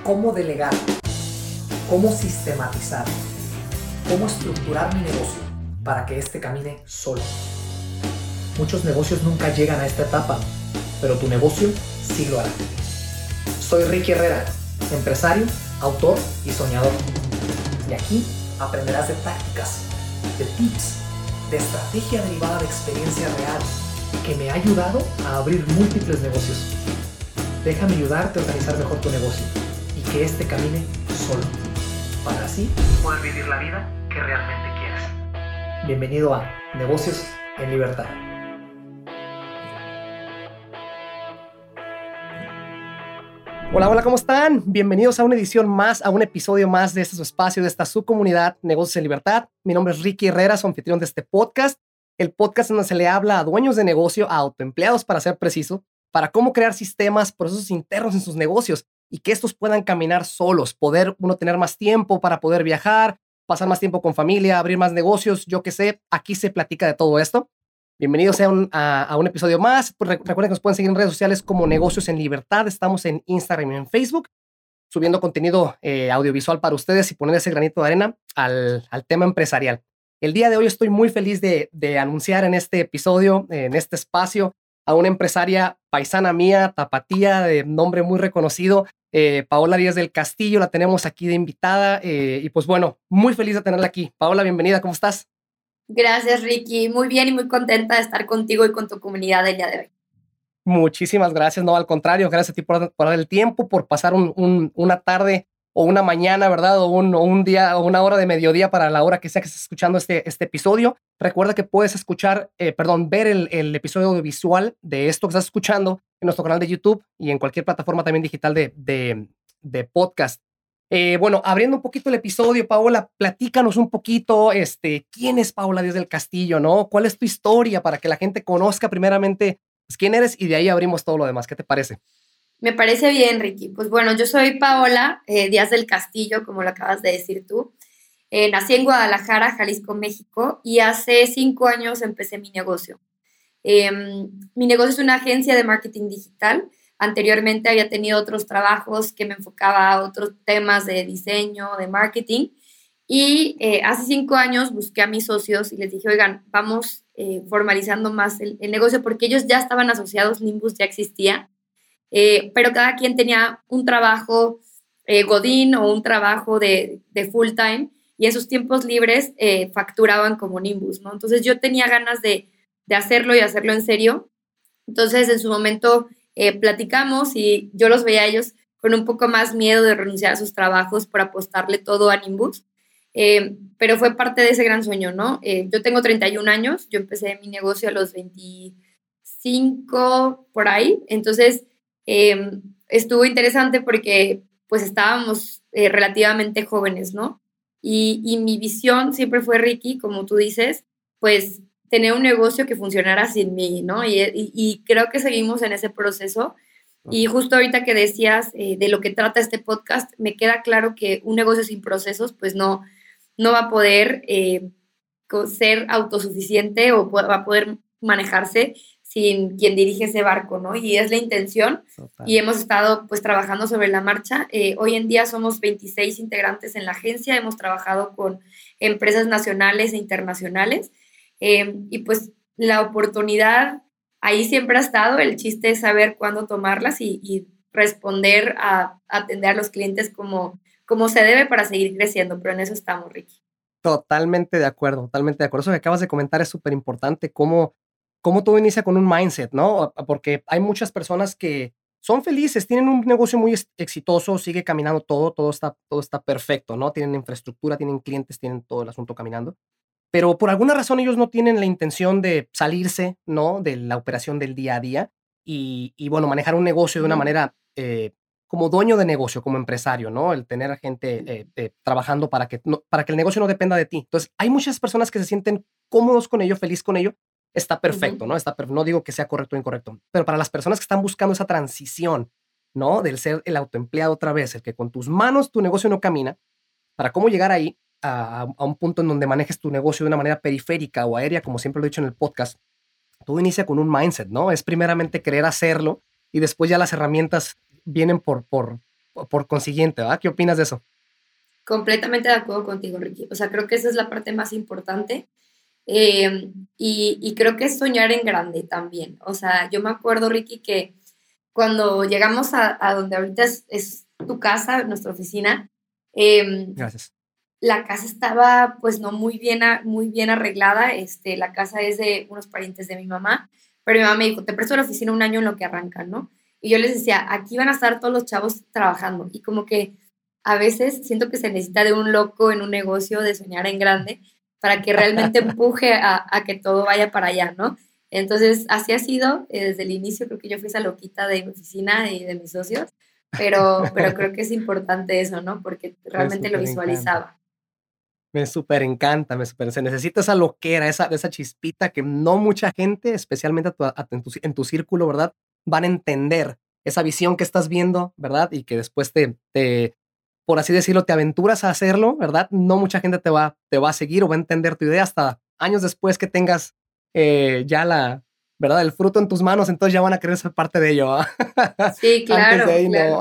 cómo delegar, cómo sistematizar, cómo estructurar mi negocio para que este camine solo. Muchos negocios nunca llegan a esta etapa, pero tu negocio sí lo hará. Soy Ricky Herrera, empresario, autor y soñador. Y aquí aprenderás de tácticas, de tips, de estrategia derivada de experiencia real que me ha ayudado a abrir múltiples negocios. Déjame ayudarte a organizar mejor tu negocio y que este camine solo, para así poder vivir la vida que realmente quieres. Bienvenido a Negocios en Libertad. Hola, ¿cómo están? Bienvenidos a una edición más, a un episodio más de este su espacio, de esta su comunidad Negocios en Libertad. Mi nombre es Ricky Herrera, soy anfitrión de este podcast. El podcast en donde se le habla a dueños de negocio, a autoempleados para ser preciso, para cómo crear sistemas, procesos internos en sus negocios y que estos puedan caminar solos, poder uno tener más tiempo para poder viajar, pasar más tiempo con familia, abrir más negocios, yo qué sé. Aquí se platica de todo esto. Bienvenidos a un episodio más. Pues recuerden que nos pueden seguir en redes sociales como Negocios en Libertad. Estamos en Instagram y en Facebook, subiendo contenido audiovisual para ustedes y poner ese granito de arena al tema empresarial. El día de hoy estoy muy feliz de anunciar en este episodio, en este espacio, a una empresaria paisana mía, tapatía, de nombre muy reconocido, Paola Díaz del Castillo. La tenemos aquí de invitada y pues bueno, muy feliz de tenerla aquí. Paola, bienvenida, ¿cómo estás? Gracias, Ricky. Muy bien y muy contenta de estar contigo y con tu comunidad el día de hoy. Muchísimas gracias, no, al contrario, gracias a ti por dar el tiempo, por pasar una tarde o una mañana, ¿verdad? O un día o una hora de mediodía para la hora que sea que estés escuchando este episodio. Recuerda que puedes ver el episodio audiovisual de esto que estás escuchando en nuestro canal de YouTube y en cualquier plataforma también digital de podcast. Bueno, abriendo un poquito el episodio, Paola, platícanos un poquito, ¿quién es Paola Díaz del Castillo, no? ¿Cuál es tu historia para que la gente conozca primeramente pues, quién eres y de ahí abrimos todo lo demás? ¿Qué te parece? Me parece bien, Ricky. Pues bueno, yo soy Paola Díaz del Castillo, como lo acabas de decir tú. Nací en Guadalajara, Jalisco, México, y hace 5 años empecé mi negocio. Mi negocio es una agencia de marketing digital. Anteriormente había tenido otros trabajos que me enfocaba a otros temas de diseño, de marketing. Y hace 5 años busqué a mis socios y les dije, oigan, vamos formalizando más el negocio, porque ellos ya estaban asociados, Nimbus ya existía, pero cada quien tenía un trabajo godín o un trabajo de full time, y en sus tiempos libres facturaban como Nimbus, ¿no? Entonces yo tenía ganas de hacerlo y hacerlo en serio. Entonces en su momento platicamos y yo los veía a ellos con un poco más miedo de renunciar a sus trabajos por apostarle todo a Nimbus. Pero fue parte de ese gran sueño, ¿no? Yo tengo 31 años, yo empecé mi negocio a los 25 por ahí, entonces estuvo interesante porque pues estábamos relativamente jóvenes, ¿no? Y mi visión siempre fue, Ricky, como tú dices, pues tener un negocio que funcionara sin mí, ¿no? Y creo que seguimos en ese proceso. Y justo ahorita que decías de lo que trata este podcast, me queda claro que un negocio sin procesos, pues no va a poder ser autosuficiente o va a poder manejarse sin quien dirige ese barco, ¿no? Y es la intención. Total. Y hemos estado pues trabajando sobre la marcha. Hoy en día somos 26 integrantes en la agencia, hemos trabajado con empresas nacionales e internacionales y pues la oportunidad ahí siempre ha estado. El chiste es saber cuándo tomarlas y responder a atender a los clientes como se debe para seguir creciendo, pero en eso estamos, Ricky. Totalmente de acuerdo, totalmente de acuerdo. Eso que acabas de comentar es súper importante, cómo todo inicia con un mindset, ¿no? Porque hay muchas personas que son felices, tienen un negocio muy exitoso, sigue caminando todo está perfecto, ¿no? Tienen infraestructura, tienen clientes, tienen todo el asunto caminando, pero por alguna razón ellos no tienen la intención de salirse, ¿no? De la operación del día a día y bueno, manejar un negocio de una manera como dueño de negocio, como empresario, ¿no? El tener a gente trabajando para que el negocio no dependa de ti. Entonces, hay muchas personas que se sienten cómodos con ello, feliz con ello. Está perfecto, ¿no? No digo que sea correcto o incorrecto, pero para las personas que están buscando esa transición, ¿no? Del ser el autoempleado otra vez, el que con tus manos tu negocio no camina, para cómo llegar ahí a un punto en donde manejes tu negocio de una manera periférica o aérea, como siempre lo he dicho en el podcast, todo inicia con un mindset, ¿no? Es primeramente querer hacerlo y después ya las herramientas vienen por consiguiente, ¿verdad? ¿Qué opinas de eso? Completamente de acuerdo contigo, Ricky. O sea, creo que esa es la parte más importante. Y creo que es soñar en grande también. O sea, yo me acuerdo, Ricky, que cuando llegamos a donde ahorita es tu casa, nuestra oficina, eh, Gracias. la casa estaba pues no muy bien arreglada. La casa es de unos parientes de mi mamá, pero mi mamá me dijo, te presto la oficina un año en lo que arrancan, ¿no? Y yo les decía, aquí van a estar todos los chavos trabajando. Y como que a veces siento que se necesita de un loco en un negocio, de soñar en grande, para que realmente empuje a que todo vaya para allá, ¿no? Entonces, así ha sido desde el inicio. Creo que yo fui esa loquita de mi oficina y de mis socios, pero creo que es importante eso, ¿no? Porque Me realmente lo súper encanta. visualizaba. Me súper encanta, se necesita esa loquera, esa chispita que no mucha gente, especialmente en tu círculo, ¿verdad? Van a entender esa visión que estás viendo, ¿verdad? Y que después por así decirlo, te aventuras a hacerlo, ¿verdad? No mucha gente te va a seguir o va a entender tu idea hasta años después que tengas ya ¿verdad? El fruto en tus manos, entonces ya van a querer ser parte de ello, ¿ah? Sí, Antes de claro, ahí no. claro.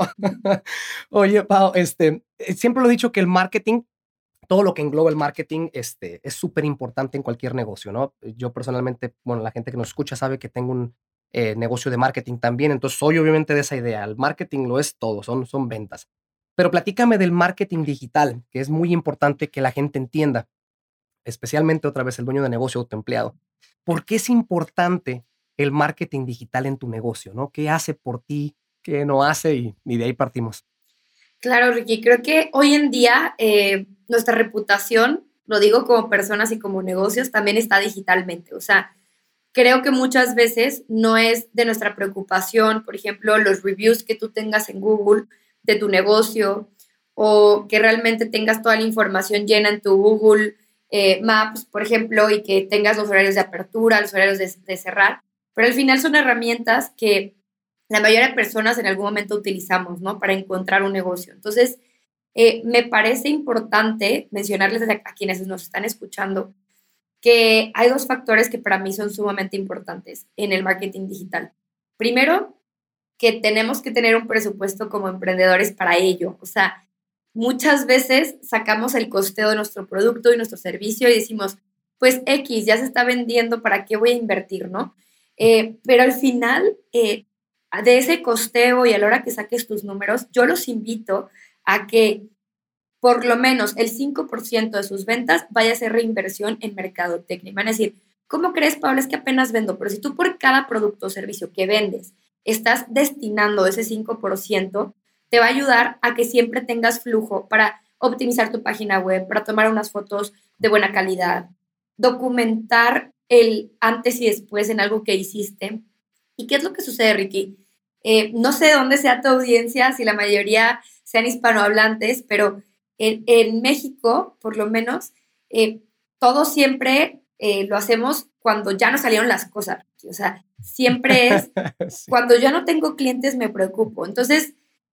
Oye, Pau, siempre lo he dicho que el marketing, todo lo que engloba el marketing, es súper importante en cualquier negocio, ¿no? Yo personalmente, bueno, la gente que nos escucha sabe que tengo un negocio de marketing también, entonces soy obviamente de esa idea. El marketing lo es todo, son ventas. Pero platícame del marketing digital, que es muy importante que la gente entienda, especialmente otra vez el dueño de negocio o tu empleado. ¿Por qué es importante el marketing digital en tu negocio, ¿no? ¿Qué hace por ti? ¿Qué no hace? Y de ahí partimos. Claro, Ricky, creo que hoy en día nuestra reputación, lo digo como personas y como negocios, también está digitalmente. O sea, creo que muchas veces no es de nuestra preocupación, por ejemplo, los reviews que tú tengas en Google de tu negocio, o que realmente tengas toda la información llena en tu Google Maps, por ejemplo, y que tengas los horarios de apertura, los horarios de cerrar. Pero al final son herramientas que la mayoría de personas en algún momento utilizamos, ¿no? Para encontrar un negocio. Entonces, me parece importante mencionarles a quienes nos están escuchando que hay dos factores que para mí son sumamente importantes en el marketing digital. Primero, que tenemos que tener un presupuesto como emprendedores para ello. O sea, muchas veces sacamos el costeo de nuestro producto y nuestro servicio y decimos, pues X ya se está vendiendo, ¿para qué voy a invertir, no? Pero al final, de ese costeo y a la hora que saques tus números, yo los invito a que por lo menos el 5% de sus ventas vaya a ser reinversión en mercadotecnia. Y van a decir, ¿cómo crees, Pablo? Es que apenas vendo, pero si tú por cada producto o servicio que vendes estás destinando ese 5%, te va a ayudar a que siempre tengas flujo para optimizar tu página web, para tomar unas fotos de buena calidad, documentar el antes y después en algo que hiciste. ¿Y qué es lo que sucede, Ricky? No sé dónde sea tu audiencia, si la mayoría sean hispanohablantes, pero en México, por lo menos, todo siempre lo hacemos cuando ya no salieron las cosas. O sea, siempre es Sí. cuando yo no tengo clientes me preocupo. Entonces,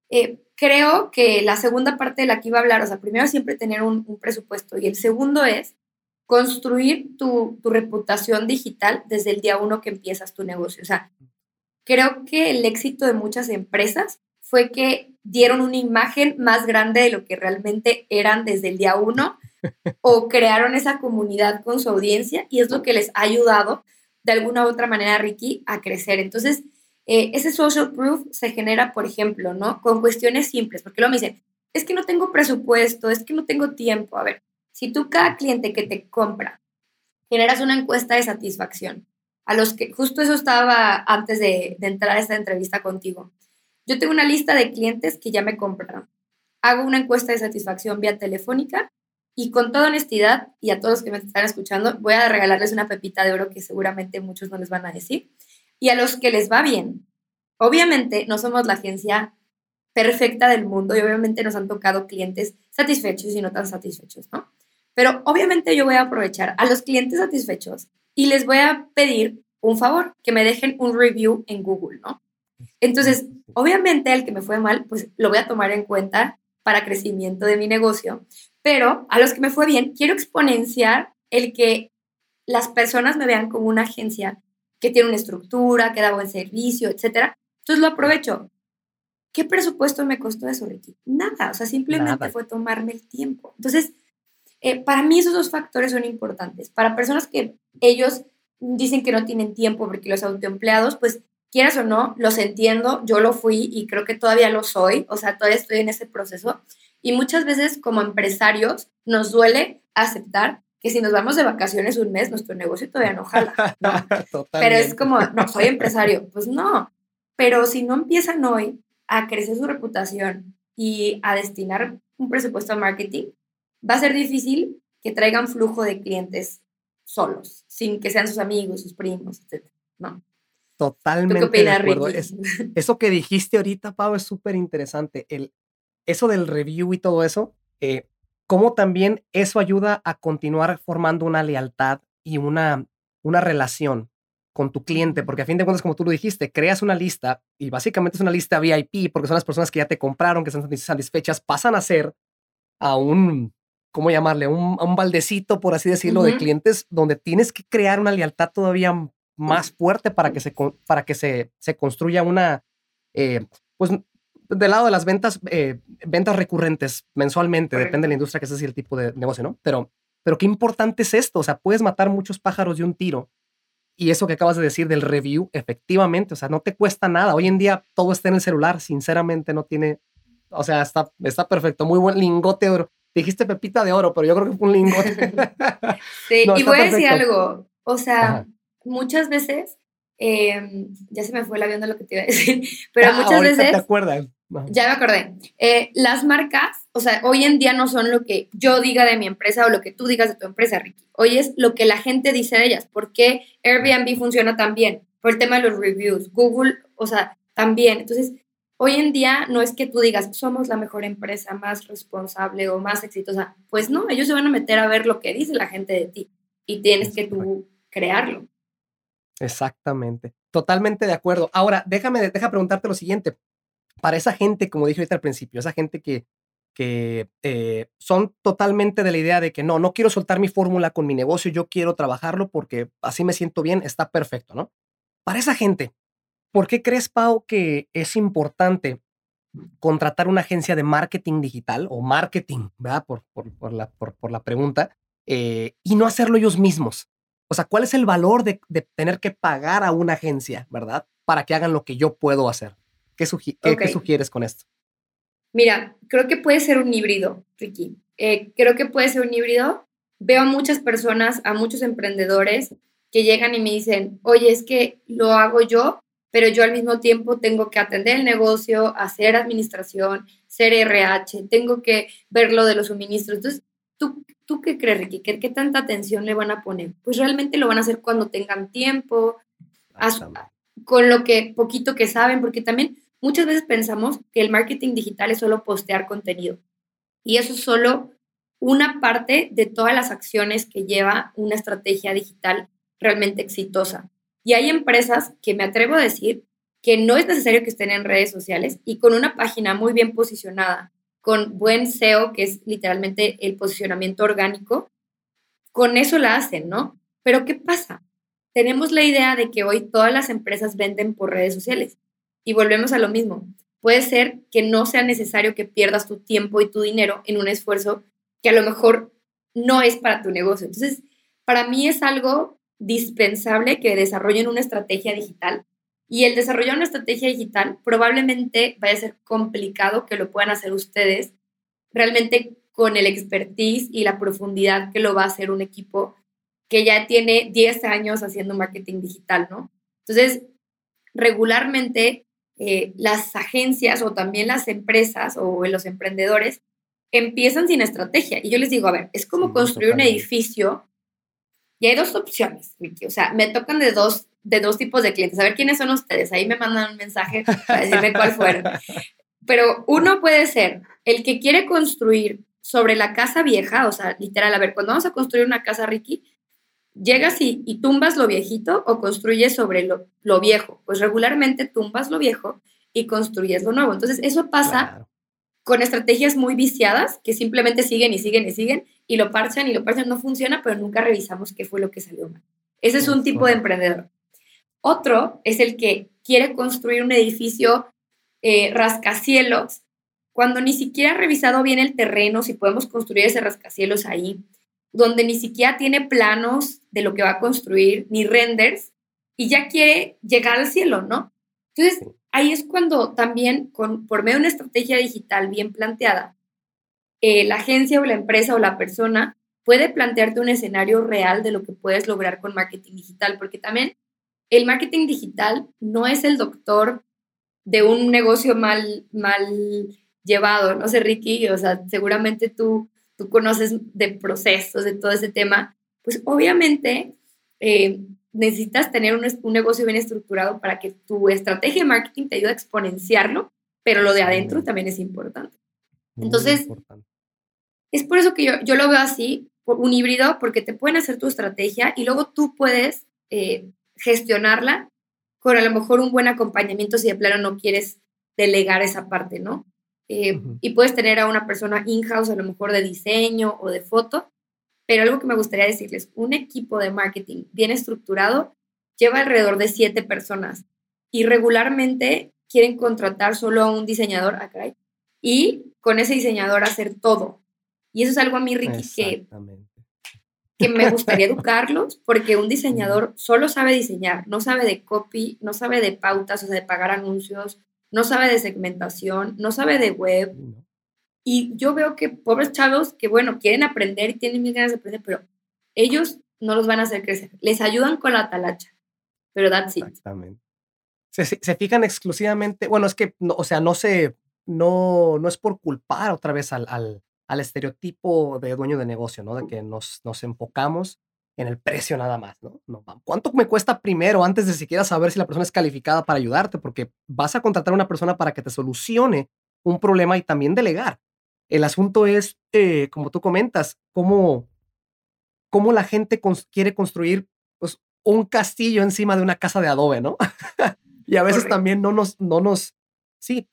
creo que la segunda parte de la que iba a hablar, o sea, primero siempre tener un presupuesto y el segundo es construir tu reputación digital desde el día uno que empiezas tu negocio. O sea, creo que el éxito de muchas empresas fue que dieron una imagen más grande de lo que realmente eran desde el día uno o crearon esa comunidad con su audiencia y es lo que les ha ayudado de alguna u otra manera, Ricky, a crecer. Entonces, ese social proof se genera, por ejemplo, ¿no? Con cuestiones simples, porque luego me dicen, es que no tengo presupuesto, es que no tengo tiempo. A ver, si tú cada cliente que te compra generas una encuesta de satisfacción, a los que, justo eso estaba antes de entrar a esta entrevista contigo. Yo tengo una lista de clientes que ya me compraron. Hago una encuesta de satisfacción vía telefónica y con toda honestidad, y a todos los que me están escuchando, voy a regalarles una pepita de oro que seguramente muchos no les van a decir. Y a los que les va bien, obviamente no somos la agencia perfecta del mundo y obviamente nos han tocado clientes satisfechos y no tan satisfechos, ¿no? Pero obviamente yo voy a aprovechar a los clientes satisfechos y les voy a pedir un favor, que me dejen un review en Google, ¿no? Entonces, obviamente el que me fue mal, pues lo voy a tomar en cuenta para crecimiento de mi negocio, pero a los que me fue bien, quiero exponenciar el que las personas me vean como una agencia que tiene una estructura, que da buen servicio, etcétera. Entonces lo aprovecho. ¿Qué presupuesto me costó eso, Ricky? Nada, o sea, simplemente Nada. fue tomarme el tiempo. Entonces, para mí esos dos factores son importantes. Para personas que ellos dicen que no tienen tiempo porque los autoempleados, pues quieras o no, los entiendo, yo lo fui y creo que todavía lo soy, o sea, todavía estoy en ese proceso. Y muchas veces como empresarios nos duele aceptar que si nos vamos de vacaciones un mes, nuestro negocio todavía no jala, ¿no? Pero es Totalmente. como, no, soy empresario, pues no. Pero si no empiezan hoy a crecer su reputación y a destinar un presupuesto a marketing, va a ser difícil que traigan flujo de clientes solos, sin que sean sus amigos, sus primos, etc. ¿No? ¿Tú qué Totalmente de opinas, acuerdo. Ricky? Eso que dijiste ahorita, Pau, es súper interesante. Eso del review y todo eso, cómo también eso ayuda a continuar formando una lealtad y una relación con tu cliente, porque a fin de cuentas, como tú lo dijiste, creas una lista y básicamente es una lista VIP porque son las personas que ya te compraron, que están satisfechas, pasan a ser a ¿cómo llamarle? A un baldecito, por así decirlo, de Ujú. clientes donde tienes que crear una lealtad todavía más fuerte para que se construya pues del lado de las ventas recurrentes mensualmente, depende de la Correcto. industria que sea así el tipo de negocio, ¿no? Pero qué importante es esto, o sea, puedes matar muchos pájaros de un tiro. Y eso que acabas de decir del review, efectivamente, o sea, no te cuesta nada. Hoy en día todo está en el celular, sinceramente no tiene, o sea, está perfecto, muy buen lingote de oro. Dijiste pepita de oro, pero yo creo que fue un lingote. Sí, No, y está voy a decir perfecto. algo, o sea, Ajá. muchas veces, ya se me fue el avión de lo que te iba a decir, pero Ah, muchas ahorita te veces, acuerdas. Ajá. ya me acordé, las marcas, o sea, hoy en día no son lo que yo diga de mi empresa o lo que tú digas de tu empresa, Ricky. Hoy es lo que la gente dice de ellas. ¿Por qué Airbnb funciona tan bien? Por el tema de los reviews. Google, o sea, también. Entonces, hoy en día no es que tú digas, somos la mejor empresa, más responsable o más exitosa. Pues no, ellos se van a meter a ver lo que dice la gente de ti y tienes Es que correcto. tú crearlo. Exactamente. Totalmente de acuerdo. Ahora, deja preguntarte lo siguiente. Para esa gente, como dije ahorita al principio, esa gente que son totalmente de la idea de que no quiero soltar mi fórmula con mi negocio, yo quiero trabajarlo porque así me siento bien, está perfecto, ¿no? Para esa gente, ¿por qué crees, Pau, que es importante contratar una agencia de marketing digital o marketing, ¿verdad? Por la pregunta, y no hacerlo ellos mismos. O sea, ¿cuál es el valor de tener que pagar a una agencia, ¿verdad? Para que hagan lo que yo puedo hacer. Ok, ¿Qué sugieres con esto? mira, creo que puede ser un híbrido, Ricky. Creo que puede ser un híbrido. Veo a muchas personas, a muchos emprendedores que llegan y me dicen, oye, es que lo hago yo, pero yo al mismo tiempo tengo que atender el negocio, hacer administración, ser RH, tengo que ver lo de los suministros. Entonces, ¿tú qué crees, Ricky? ¿Qué tanta atención le van a poner? Pues realmente lo van a hacer cuando tengan tiempo, a su- Exactamente. con lo que poquito que saben, porque también muchas veces pensamos que el marketing digital es solo postear contenido y eso es solo una parte de todas las acciones que lleva una estrategia digital realmente exitosa. Y hay empresas que me atrevo a decir que no es necesario que estén en redes sociales y con una página muy bien posicionada, con buen SEO, que es literalmente el posicionamiento orgánico, con eso la hacen, ¿no? Pero ¿qué pasa? Tenemos la idea de que hoy todas las empresas venden por redes sociales y volvemos a lo mismo. Puede ser que no sea necesario que pierdas tu tiempo y tu dinero en un esfuerzo que a lo mejor no es para tu negocio. Entonces, para mí es algo dispensable que desarrollen una estrategia digital y el desarrollar una estrategia digital probablemente vaya a ser complicado que lo puedan hacer ustedes realmente con el expertise y la profundidad que lo va a hacer un equipo que ya tiene 10 años haciendo marketing digital, ¿no? Entonces, regularmente las agencias o también las empresas o los emprendedores empiezan sin estrategia. Y yo les digo, a ver, es como Sí, construir un totalmente. edificio y hay dos opciones, Vicky. O sea, me tocan de dos tipos de clientes. A ver quiénes son ustedes. Ahí me mandan un mensaje para decirme cuál fueron. Pero uno puede ser el que quiere construir sobre la casa vieja, o sea, literal, a ver, cuando vamos a construir una casa, Ricky, llegas y tumbas lo viejito o construyes sobre lo viejo. Pues regularmente tumbas lo viejo y construyes lo nuevo. Entonces, eso pasa Claro. con estrategias muy viciadas que simplemente siguen y siguen y siguen y lo parchan, no funciona, pero nunca revisamos qué fue lo que salió mal. Ese es un Es tipo de correcto. emprendedor. Otro es el que quiere construir un edificio rascacielos cuando ni siquiera ha revisado bien el terreno, si podemos construir ese rascacielos ahí, donde ni siquiera tiene planos de lo que va a construir, ni renders, y ya quiere llegar al cielo, ¿no? Entonces, ahí es cuando también, por medio de una estrategia digital bien planteada, la agencia o la empresa o la persona puede plantearte un escenario real de lo que puedes lograr con marketing digital, porque también el marketing digital no es el doctor de un negocio mal llevado, no sé, Ricky, o sea, seguramente tú conoces de procesos, de todo ese tema, pues obviamente necesitas tener un negocio bien estructurado para que tu estrategia de marketing te ayude a exponenciarlo, pero lo de adentro también es importante. Muy Entonces, importante. es por eso que yo lo veo así, un híbrido, porque te pueden hacer tu estrategia y luego tú puedes gestionarla con a lo mejor un buen acompañamiento si de plano no quieres delegar esa parte, ¿no? Y puedes tener a una persona in-house a lo mejor de diseño o de foto, pero algo que me gustaría decirles, un equipo de marketing bien estructurado lleva alrededor de 7 personas y regularmente quieren contratar solo a un diseñador, y con ese diseñador hacer todo. Y eso es algo a mí, Ricky, Exactamente. que me gustaría educarlos, porque un diseñador solo sabe diseñar, no sabe de copy, no sabe de pautas, o sea, de pagar anuncios, no sabe de segmentación, no sabe de web. Y yo veo que pobres chavos que, bueno, quieren aprender y tienen mil ganas de aprender, pero ellos no los van a hacer crecer. Les ayudan con la talacha, pero that's it. Exactamente. Se fijan exclusivamente, bueno, es que, no, o sea, no es por culpar otra vez al estereotipo de dueño de negocio, ¿no? De que nos enfocamos en el precio nada más, ¿no? No, ¿cuánto me cuesta primero antes de siquiera saber si la persona es calificada para ayudarte? Porque vas a contratar a una persona para que te solucione un problema y también delegar. El asunto es, como tú comentas, cómo la gente quiere construir, pues, un castillo encima de una casa de adobe, ¿no? Y a veces Correcto. también sí,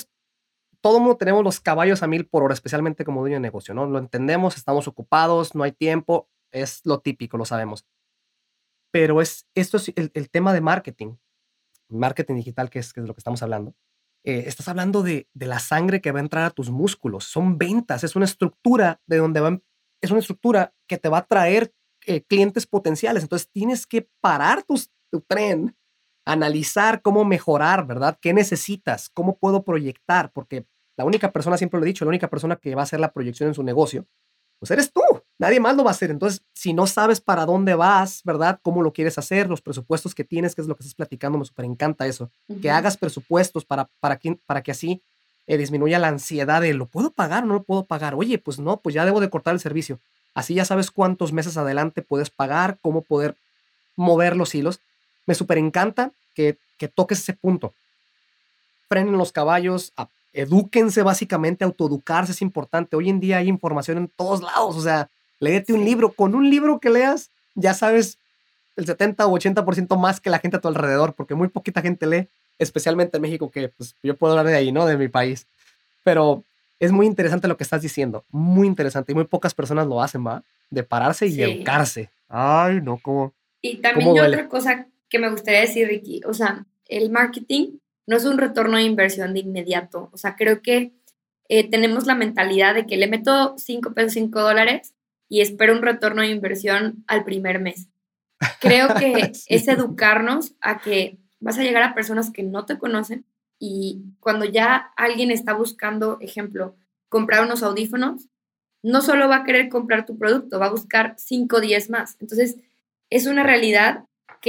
todo mundo tenemos los caballos a 1000 por hora, especialmente como dueño de negocio, ¿no? Lo entendemos, estamos ocupados, no hay tiempo, es lo típico, lo sabemos. Pero esto es el tema de marketing digital, que es lo que estamos hablando. Estás hablando de la sangre que va a entrar a tus músculos, son ventas, es una estructura de donde es una estructura que te va a traer clientes potenciales. Entonces tienes que parar tu tren, analizar cómo mejorar, ¿verdad? ¿Qué necesitas? ¿Cómo puedo proyectar? Porque la única persona, siempre lo he dicho, la única persona que va a hacer la proyección en su negocio, pues eres tú. Nadie más lo va a hacer. Entonces, si no sabes para dónde vas, ¿verdad? ¿Cómo lo quieres hacer? Los presupuestos que tienes, que es lo que estás platicando, me súper encanta eso. Que Ujú. hagas presupuestos para que así disminuya la ansiedad de, ¿lo puedo pagar o no lo puedo pagar? Oye, pues no, pues ya debo de cortar el servicio. Así ya sabes cuántos meses adelante puedes pagar, cómo poder mover los hilos. Me súper encanta que toques ese punto. Frenen los caballos, edúquense básicamente, autoeducarse es importante. Hoy en día hay información en todos lados, o sea, léete un Sí. libro. Con un libro que leas, ya sabes el 70 o 80% más que la gente a tu alrededor, porque muy poquita gente lee, especialmente en México, que pues yo puedo hablar de ahí, ¿no? De mi país. Pero es muy interesante lo que estás diciendo, muy interesante, y muy pocas personas lo hacen, ¿va? De pararse y Sí. educarse. Ay, no, Y también cómo yo duele. otra cosa que me gustaría decir, Ricky, o sea, el marketing no es un retorno de inversión de inmediato. O sea, creo que tenemos la mentalidad de que le meto 5 pesos, $5 y espero un retorno de inversión al primer mes. Creo que Sí. es educarnos a que vas a llegar a personas que no te conocen y cuando ya alguien está buscando, ejemplo, comprar unos audífonos, no solo va a querer comprar tu producto, va a buscar 5 o 10 más. Entonces, es una realidad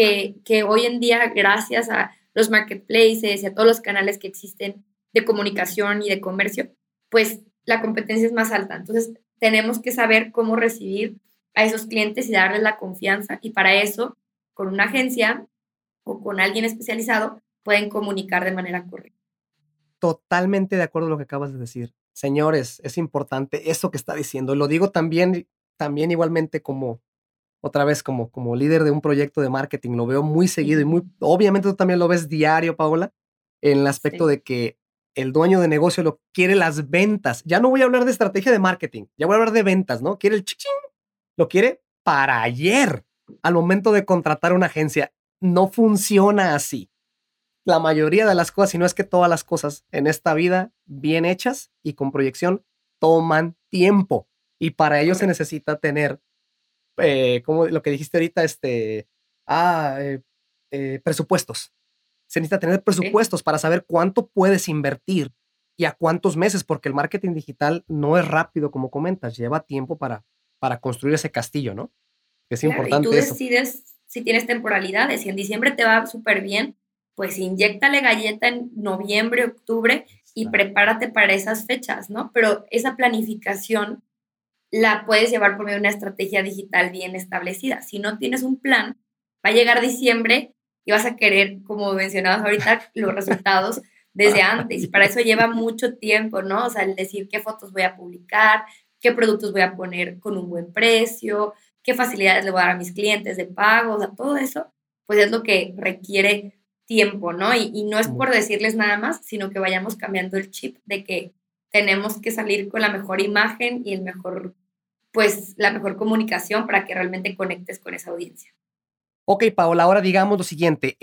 que hoy en día, gracias a los marketplaces y a todos los canales que existen de comunicación y de comercio, pues la competencia es más alta. Entonces, tenemos que saber cómo recibir a esos clientes y darles la confianza. Y para eso, con una agencia o con alguien especializado, pueden comunicar de manera correcta. Totalmente de acuerdo con lo que acabas de decir. Señores, es importante eso que está diciendo. Lo digo también igualmente como, otra vez, como líder de un proyecto de marketing. Lo veo muy seguido y obviamente tú también lo ves diario, Paola, en el aspecto Sí. de que el dueño de negocio lo quiere las ventas. Ya no voy a hablar de estrategia de marketing, ya voy a hablar de ventas, ¿no? Quiere el chichín, lo quiere para ayer, al momento de contratar una agencia. No funciona así. la mayoría de las cosas, si no es que todas las cosas en esta vida bien hechas y con proyección toman tiempo. Y para ello se Correcto. necesita tener, como lo que dijiste ahorita, ah, eh, presupuestos. Se necesita tener Sí. presupuestos para saber cuánto puedes invertir y a cuántos meses, porque el marketing digital no es rápido, como comentas, lleva tiempo para construir ese castillo, ¿no? Es Claro, y tú importante eso. decides si tienes temporalidades. Si en diciembre te va súper bien, pues inyéctale galleta en noviembre, octubre y Claro. prepárate para esas fechas, ¿no? Pero esa planificación la puedes llevar por medio de una estrategia digital bien establecida. Si no tienes un plan, va a llegar diciembre y vas a querer, como mencionabas ahorita, los resultados desde antes. Y para eso lleva mucho tiempo, ¿no? O sea, el decir qué fotos voy a publicar, qué productos voy a poner con un buen precio, qué facilidades le voy a dar a mis clientes de pago, o sea, todo eso, pues es lo que requiere tiempo, ¿no? Y no es por decirles nada más, sino que vayamos cambiando el chip de que tenemos que salir con la mejor imagen y el mejor, pues la mejor comunicación para que realmente conectes con esa audiencia. Ok, Paola, ahora digamos lo siguiente,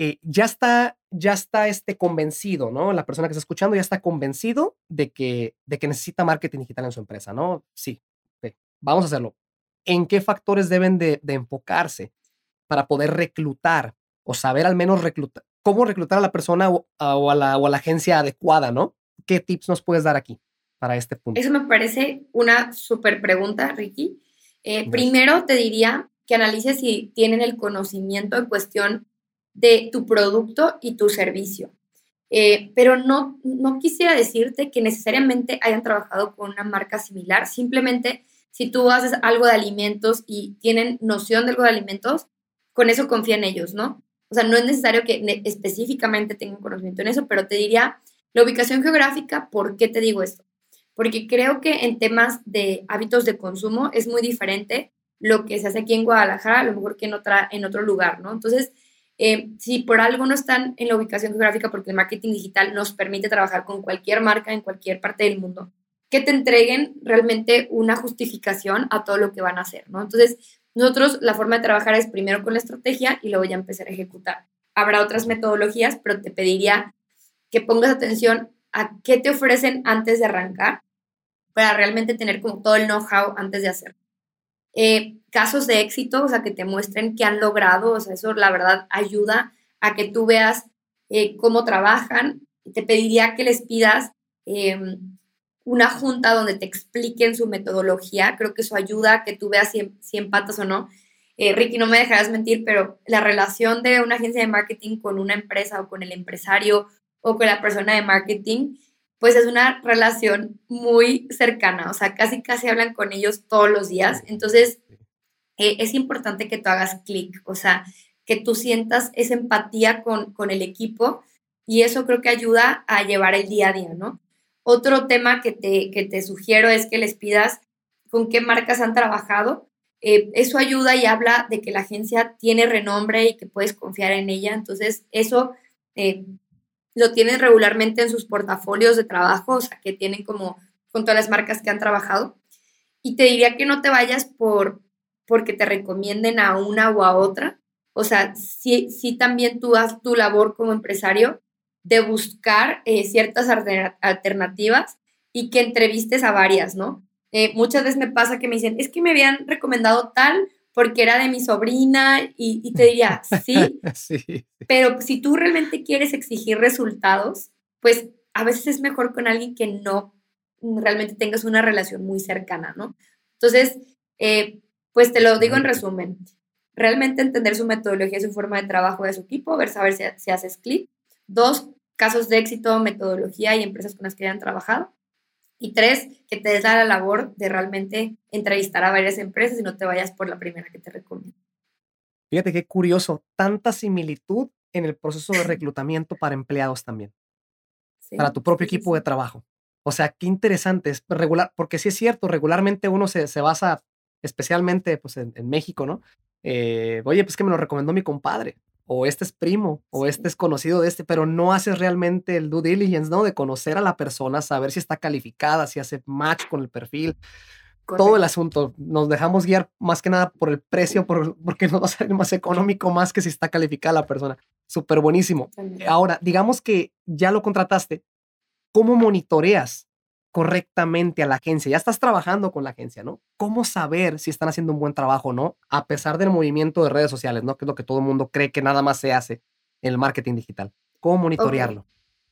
ya está convencido, ¿no? La persona que está escuchando ya está convencido de que necesita marketing digital en su empresa, ¿no? Sí, ok, vamos a hacerlo. ¿En qué factores deben de enfocarse para poder reclutar o saber al menos reclutar, cómo reclutar a la persona o a la agencia adecuada, ¿no? ¿Qué tips nos puedes dar aquí para este punto? Eso me parece una súper pregunta, Ricky. Gracias. Primero te diría que analices si tienen el conocimiento en cuestión de tu producto y tu servicio. Pero no quisiera decirte que necesariamente hayan trabajado con una marca similar. Simplemente, si tú haces algo de alimentos y tienen noción de algo de alimentos, con eso confía en ellos, ¿no? O sea, no es necesario que específicamente tengan conocimiento en eso, pero te diría la ubicación geográfica. ¿Por qué te digo esto? Porque creo que en temas de hábitos de consumo es muy diferente lo que se hace aquí en Guadalajara, a lo mejor que en otro lugar, ¿no? Entonces, si por algo no están en la ubicación geográfica, porque el marketing digital nos permite trabajar con cualquier marca en cualquier parte del mundo, que te entreguen realmente una justificación a todo lo que van a hacer, ¿no? Entonces, nosotros la forma de trabajar es primero con la estrategia y luego ya empezar a ejecutar. Habrá otras metodologías, pero te pediría que pongas atención a qué te ofrecen antes de arrancar para realmente tener como todo el know-how antes de hacerlo. Casos de éxito, o sea, que te muestren que han logrado, o sea, eso la verdad ayuda a que tú veas cómo trabajan. Te pediría que les pidas una junta donde te expliquen su metodología. Creo que eso ayuda a que tú veas si empatas o no. Ricky, no me dejarás mentir, pero la relación de una agencia de marketing con una empresa o con el empresario o con la persona de marketing, pues es una relación muy cercana, o sea, casi hablan con ellos todos los días. Entonces, es importante que tú hagas clic, o sea, que tú sientas esa empatía con el equipo y eso creo que ayuda a llevar el día a día, ¿no? Otro tema que te sugiero es que les pidas con qué marcas han trabajado. Eso ayuda y habla de que la agencia tiene renombre y que puedes confiar en ella. Entonces, eso eh, lo tienen regularmente en sus portafolios de trabajo, o sea, que tienen como con todas las marcas que han trabajado. Y te diría que no te vayas porque te recomienden a una o a otra. O sea, sí también tú haz tu labor como empresario de buscar ciertas alternativas y que entrevistes a varias, ¿no? Muchas veces me pasa que me dicen, es que me habían recomendado tal porque era de mi sobrina y te diría, sí, Sí. pero si tú realmente quieres exigir resultados, pues a veces es mejor con alguien que no realmente tengas una relación muy cercana, ¿no? Entonces, pues te lo digo en Excelente. resumen. Realmente entender su metodología, su forma de trabajo de su equipo, ver, saber si haces clic. Dos, casos de éxito, metodología y empresas con las que hayan trabajado. Y tres, que te des la labor de realmente entrevistar a varias empresas y no te vayas por la primera que te recomiendo. Fíjate qué curioso, tanta similitud en el proceso de reclutamiento para empleados también, para Sí, tu propio sí, sí, equipo de sí. trabajo. O sea, qué interesante, es regular, porque sí es cierto, regularmente uno se basa, especialmente pues en México, ¿no? Oye, pues que me lo recomendó mi compadre, o este es primo, o este Sí, es conocido de este, pero no haces realmente el due diligence, ¿no? De conocer a la persona, saber si está calificada, si hace match con el perfil, todo el correcto. asunto. Nos dejamos guiar más que nada por el precio, porque nos va a salir más económico más que si está calificada la persona. Súper buenísimo. También. Ahora, digamos que ya lo contrataste. ¿Cómo monitoreas correctamente a la agencia? Ya estás trabajando con la agencia, ¿no? ¿Cómo saber si están haciendo un buen trabajo o no? A pesar del movimiento de redes sociales, ¿no? Que es lo que todo el mundo cree que nada más se hace en el marketing digital. ¿Cómo Ok. monitorearlo?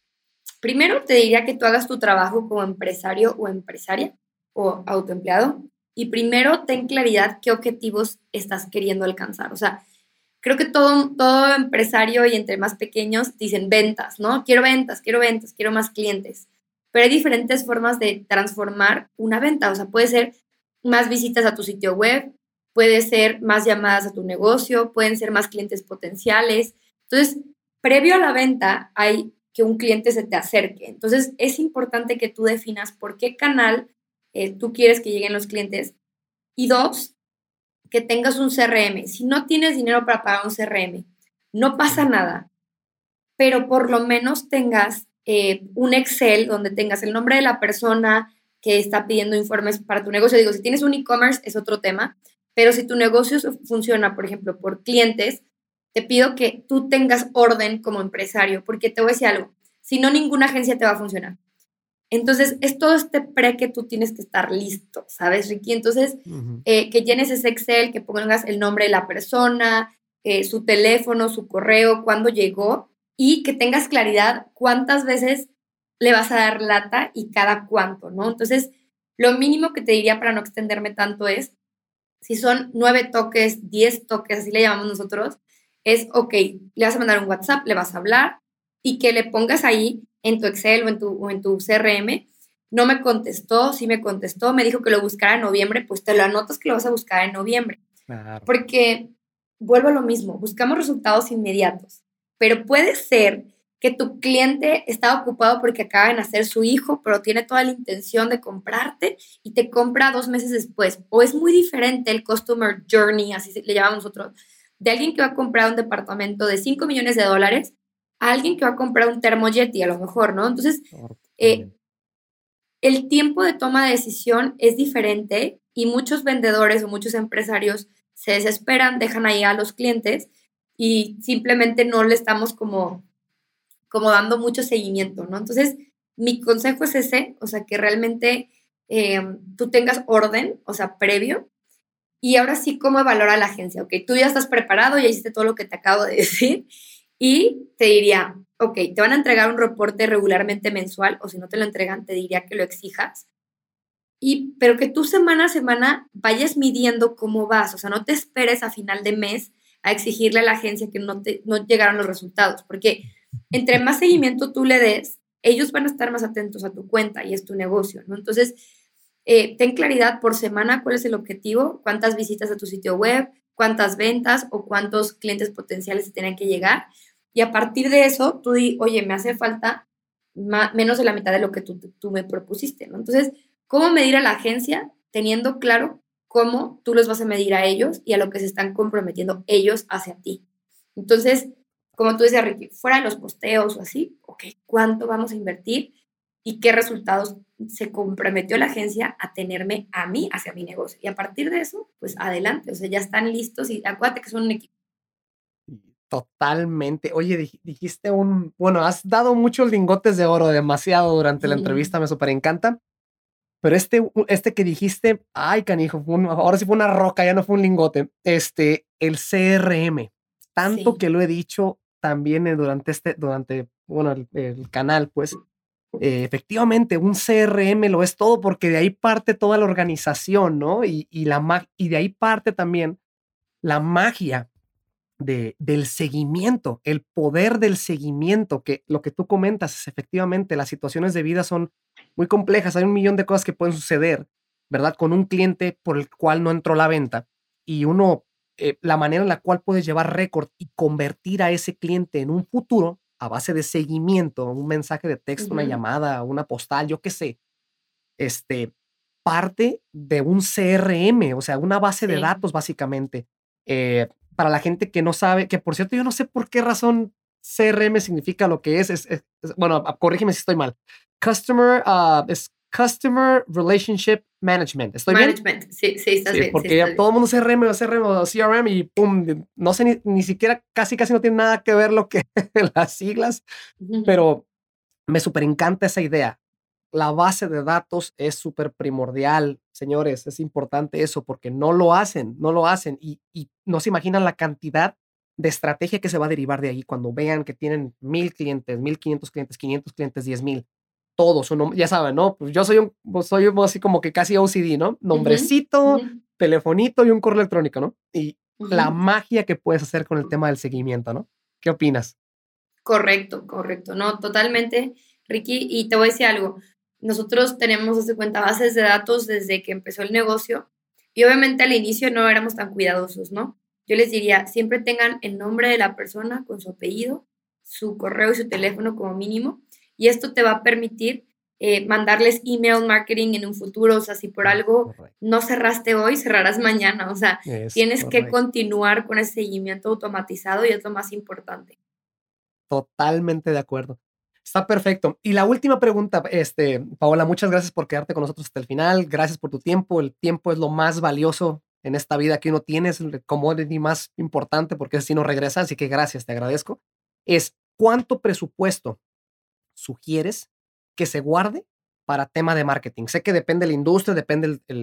Primero te diría que tú hagas tu trabajo como empresario o empresaria o autoempleado y primero ten claridad qué objetivos estás queriendo alcanzar. O sea, creo que todo empresario y entre más pequeños dicen ventas, ¿no? Quiero ventas, quiero ventas, quiero más clientes. Pero hay diferentes formas de transformar una venta. O sea, puede ser más visitas a tu sitio web, puede ser más llamadas a tu negocio, pueden ser más clientes potenciales. Entonces, previo a la venta hay que un cliente se te acerque. Entonces, es importante que tú definas por qué canal tú quieres que lleguen los clientes. Y dos, que tengas un CRM. Si no tienes dinero para pagar un CRM, no pasa nada, pero por lo menos tengas un Excel donde tengas el nombre de la persona que está pidiendo informes para tu negocio. Digo, si tienes un e-commerce es otro tema, pero si tu negocio funciona, por ejemplo, por clientes, te pido que tú tengas orden como empresario, porque te voy a decir algo, si no, ninguna agencia te va a funcionar. Entonces, es todo este pre que tú tienes que estar listo, ¿sabes, Ricky? Entonces, Ujú. que llenes ese Excel, que pongas el nombre de la persona, su teléfono, su correo, cuándo llegó y que tengas claridad cuántas veces le vas a dar lata y cada cuánto, ¿no? Entonces, lo mínimo que te diría para no extenderme tanto es, si son 9 toques, 10 toques, así le llamamos nosotros, es, ok, le vas a mandar un WhatsApp, le vas a hablar y que le pongas ahí en tu Excel o en tu CRM, no me contestó, sí me contestó, me dijo que lo buscara en noviembre, pues te lo anotas que lo vas a buscar en noviembre. Claro. Porque vuelvo a lo mismo, buscamos resultados inmediatos, pero puede ser que tu cliente está ocupado porque acaba de nacer su hijo, pero tiene toda la intención de comprarte y te compra 2 meses después. O es muy diferente el customer journey, así le llamamos nosotros, de alguien que va a comprar un departamento de 5 millones de dólares a alguien que va a comprar un termoyeti, a lo mejor, ¿no? Entonces, eh, Totalmente. el tiempo de toma de decisión es diferente y muchos vendedores o muchos empresarios se desesperan, dejan ahí a los clientes y simplemente no le estamos como dando mucho seguimiento, ¿no? Entonces, mi consejo es ese, o sea, que realmente tú tengas orden, o sea, previo, y ahora sí, ¿cómo evaluar a la agencia? Ok, tú ya estás preparado, ya hiciste todo lo que te acabo de decir y te diría, ok, te van a entregar un reporte regularmente mensual o si no te lo entregan, te diría que lo exijas. Pero que tú semana a semana vayas midiendo cómo vas, o sea, no te esperes a final de mes a exigirle a la agencia que no llegaron los resultados, porque entre más seguimiento tú le des, ellos van a estar más atentos a tu cuenta y es tu negocio, ¿no? Entonces, ten claridad por semana cuál es el objetivo, cuántas visitas a tu sitio web, cuántas ventas o cuántos clientes potenciales se tienen que llegar. Y a partir de eso, tú di, oye, me hace falta menos de la mitad de lo que tú me propusiste, ¿no? Entonces, ¿cómo medir a la agencia teniendo claro cómo tú los vas a medir a ellos y a lo que se están comprometiendo ellos hacia ti? Entonces, como tú decías, Ricky, fuera de los posteos o así, ok, ¿cuánto vamos a invertir y qué resultados se comprometió la agencia a tenerme a mí hacia mi negocio? Y a partir de eso, pues adelante, o sea, ya están listos y acuérdate que son un equipo. Totalmente. Oye, dijiste bueno, has dado muchos lingotes de oro, demasiado durante la entrevista, me súper encanta. Pero este que dijiste, ay, canijo, ahora sí fue una roca, ya no fue un lingote. El CRM, tanto Sí. que lo he dicho también bueno, el canal, pues, efectivamente, un CRM lo es todo porque de ahí parte toda la organización, ¿no? Y de ahí parte también la magia del seguimiento, el poder del seguimiento, que lo que tú comentas es efectivamente, las situaciones de vida son muy complejas, hay un millón de cosas que pueden suceder, ¿verdad? Con un cliente por el cual no entró la venta y la manera en la cual puedes llevar récord y convertir a ese cliente en un futuro a base de seguimiento, un mensaje de texto, una Ujú. llamada, una postal, yo qué sé, este, parte de un CRM, o sea, una base de Sí. datos básicamente. Para la gente que no sabe, que por cierto, yo no sé por qué razón CRM significa lo que bueno, corrígeme si estoy mal. Customer, Customer Relationship Management. ¿Estoy bien? Management, sí, estás bien. Porque sí, ya estás todo el mundo CRM o CRM y pum, no sé ni siquiera, casi no tiene nada que ver lo que las siglas, bien. pero me súper encanta esa idea. La base de datos es súper primordial, señores, es importante eso porque no lo hacen y no se imaginan la cantidad de estrategia que se va a derivar de ahí cuando vean que tienen 1000 clientes, 1500 clientes, 500 clientes, 10,000, todos, ya saben, ¿no? Pues yo soy así como que casi OCD, ¿no? Ujú, Nombrecito, ujú, telefonito y un correo electrónico, ¿no? Y la ujú. magia que puedes hacer con el tema del seguimiento, ¿no? ¿Qué opinas? Correcto, correcto. No, totalmente, Ricky. Y te voy a decir algo. Nosotros tenemos, haz de cuenta, bases de datos desde que empezó el negocio y obviamente al inicio no éramos tan cuidadosos, ¿no? Yo les diría, siempre tengan el nombre de la persona con su apellido, su correo y su teléfono como mínimo y esto te va a permitir mandarles email marketing en un futuro. O sea, si por algo Correcto. no cerraste hoy, cerrarás mañana. O sea, Es tienes que correcto. continuar con ese seguimiento automatizado y es lo más importante. Totalmente de acuerdo. Está perfecto. Y la última pregunta, Paola, muchas gracias por quedarte con nosotros hasta el final. Gracias por tu tiempo. El tiempo es lo más valioso en esta vida que uno tiene, es el commodity más importante porque así no regresa. Así que gracias, te agradezco. ¿Cuánto presupuesto sugieres que se guarde para tema de marketing? Sé que depende de la industria, depende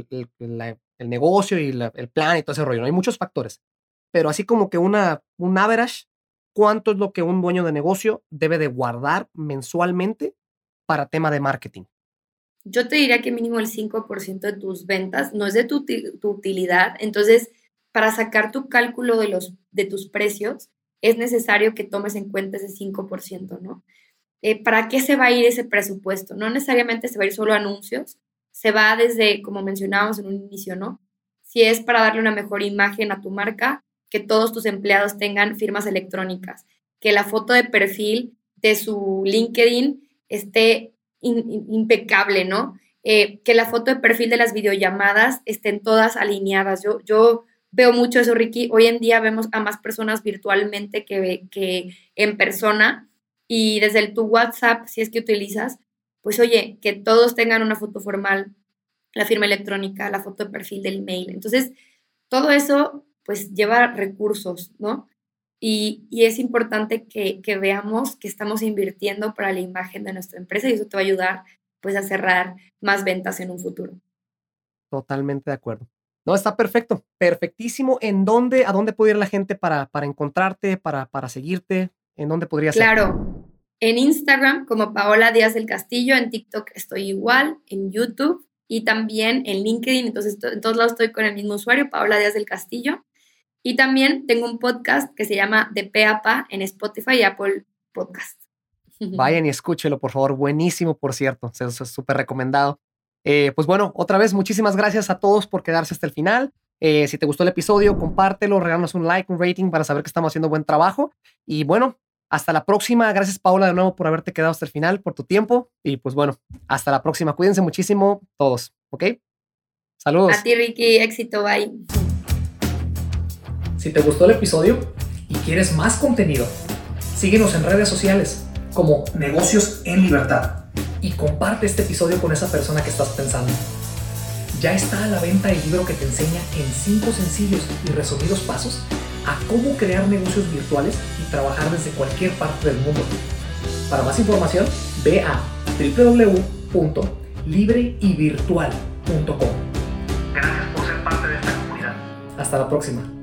el negocio y el plan y todo ese rollo, ¿no? Hay muchos factores, pero así como que un average, ¿cuánto es lo que un dueño de negocio debe de guardar mensualmente para tema de marketing? Yo te diría que mínimo el 5% de tus ventas no es de tu utilidad. Entonces, para sacar tu cálculo de tus precios, es necesario que tomes en cuenta ese 5%, ¿no? ¿Para qué se va a ir ese presupuesto? No necesariamente se va a ir solo a anuncios, se va desde, como mencionábamos en un inicio, ¿no? Si es para darle una mejor imagen a tu marca, que todos tus empleados tengan firmas electrónicas, que la foto de perfil de su LinkedIn esté impecable, ¿no? Que la foto de perfil de las videollamadas estén todas alineadas. Yo veo mucho eso, Ricky. Hoy en día vemos a más personas virtualmente que en persona y desde tu WhatsApp, si es que utilizas, pues oye, que todos tengan una foto formal, la firma electrónica, la foto de perfil del email. Entonces, todo eso pues lleva recursos, ¿no? Y es importante que veamos que estamos invirtiendo para la imagen de nuestra empresa y eso te va a ayudar pues a cerrar más ventas en un futuro. Totalmente de acuerdo. No, está perfecto, perfectísimo. ¿A dónde puede ir la gente para encontrarte, para seguirte? ¿En dónde podría ser? Claro, en Instagram como Paola Díaz del Castillo, en TikTok estoy igual, en YouTube y también en LinkedIn. Entonces, en todos lados estoy con el mismo usuario, Paola Díaz del Castillo. Y también tengo un podcast que se llama De Pe a Pa en Spotify y Apple Podcast. Vayan y escúchelo, por favor. Buenísimo, por cierto. Eso es súper recomendado. Pues bueno, otra vez, muchísimas gracias a todos por quedarse hasta el final. Si te gustó el episodio, compártelo, regálanos un like, un rating para saber que estamos haciendo buen trabajo. Y bueno, hasta la próxima. Gracias, Paula, de nuevo por haberte quedado hasta el final, por tu tiempo. Y pues bueno, hasta la próxima. Cuídense muchísimo todos, ¿ok? A Saludos. ti, Ricky, éxito, bye. Si te gustó el episodio y quieres más contenido, síguenos en redes sociales como Negocios en Libertad y comparte este episodio con esa persona que estás pensando. Ya está a la venta el libro que te enseña en 5 sencillos y resumidos pasos a cómo crear negocios virtuales y trabajar desde cualquier parte del mundo. Para más información, ve a www.libreyvirtual.com. Gracias por ser parte de esta comunidad. Hasta la próxima.